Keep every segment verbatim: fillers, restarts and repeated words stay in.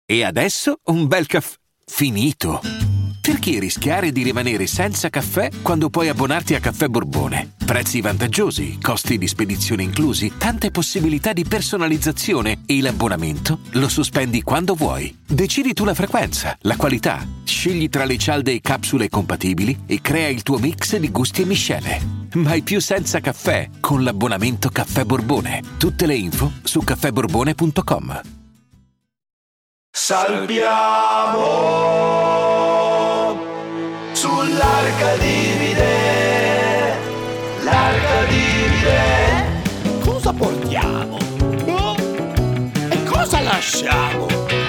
E adesso un bel caffè finito. Perché rischiare di rimanere senza caffè quando puoi abbonarti a Caffè Borbone? Prezzi vantaggiosi, costi di spedizione inclusi, tante possibilità di personalizzazione e l'abbonamento lo sospendi quando vuoi. Decidi tu la frequenza, la qualità, scegli tra le cialde e capsule compatibili e crea il tuo mix di gusti e miscele. Mai più senza caffè con l'abbonamento Caffè Borbone. Tutte le info su caffè borbone punto com. Salviamo sull'arca divide, l'arca divide. Cosa portiamo? Oh? E cosa lasciamo?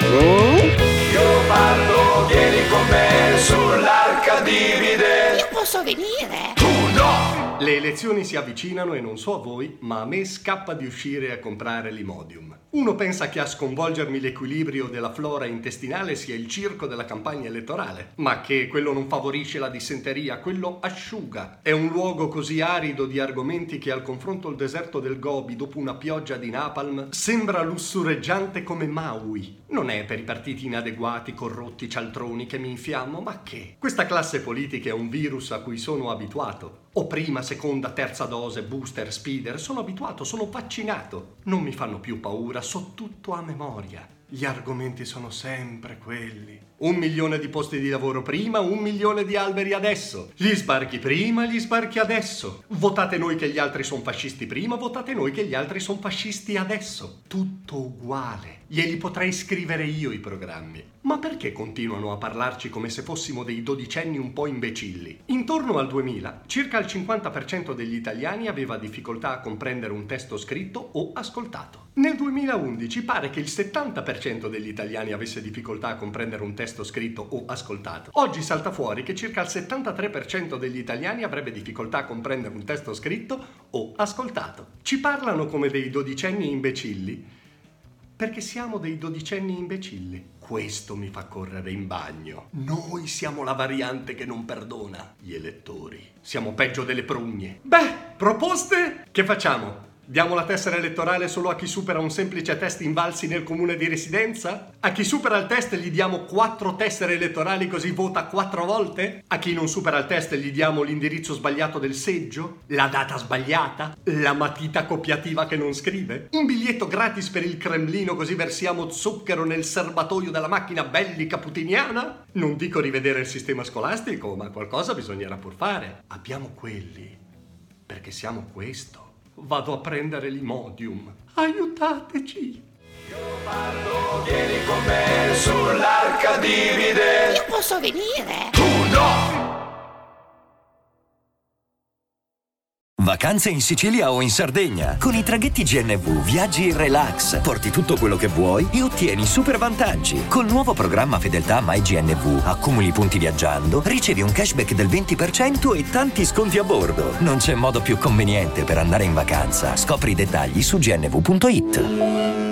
Oh? Io parlo, vieni con me sull'arca divide. Io posso venire? Tu no! Le elezioni si avvicinano e non so a voi, ma a me scappa di uscire a comprare l'Imodium. Uno pensa che a sconvolgermi l'equilibrio della flora intestinale sia il circo della campagna elettorale, ma che quello non favorisce la dissenteria, quello asciuga. È un luogo così arido di argomenti che al confronto il deserto del Gobi dopo una pioggia di napalm sembra lussureggiante come Maui. Non è per i partiti inadeguati, corrotti, cialtroni che mi infiammo, ma che? Questa classe politica è un virus a cui sono abituato. O prima, seconda, terza dose, booster, speeder, sono abituato, sono vaccinato. Non mi fanno più paura, so tutto a memoria. Gli argomenti sono sempre quelli. Un milione di posti di lavoro prima, un milione di alberi adesso. Gli sbarchi prima, gli sbarchi adesso. Votate noi che gli altri sono fascisti prima, votate noi che gli altri sono fascisti adesso. Tutto uguale. Glieli potrei scrivere io i programmi. Ma perché continuano a parlarci come se fossimo dei dodicenni un po' imbecilli? Intorno al duemila, circa il cinquanta per cento degli italiani aveva difficoltà a comprendere un testo scritto o ascoltato. Nel duemilaundici pare che il settanta per cento degli italiani avesse difficoltà a comprendere un testo scritto o ascoltato. Oggi salta fuori che circa il settantatré per cento degli italiani avrebbe difficoltà a comprendere un testo scritto o ascoltato. Ci parlano come dei dodicenni imbecilli perché siamo dei dodicenni imbecilli. Questo mi fa correre in bagno. Noi siamo la variante che non perdona gli elettori. Siamo peggio delle prugne. Beh, proposte? Che facciamo? Diamo la tessera elettorale solo a chi supera un semplice test invalsi nel comune di residenza? A chi supera il test gli diamo quattro tessere elettorali così vota quattro volte? A chi non supera il test gli diamo l'indirizzo sbagliato del seggio? La data sbagliata? La matita copiativa che non scrive? Un biglietto gratis per il Cremlino così versiamo zucchero nel serbatoio della macchina bellica putiniana? Non dico rivedere il sistema scolastico, ma qualcosa bisognerà pur fare. Abbiamo quelli, perché siamo questo. Vado a prendere l'Imodium. Aiutateci! Io parlo, vieni con me sull'arca divide. Io posso venire? Tu no! Vacanze in Sicilia o in Sardegna. Con i traghetti G N V viaggi in relax, porti tutto quello che vuoi e ottieni super vantaggi. Col nuovo programma Fedeltà MyGNV accumuli punti viaggiando, ricevi un cashback del venti per cento e tanti sconti a bordo. Non c'è modo più conveniente per andare in vacanza. Scopri i dettagli su gnv punto it.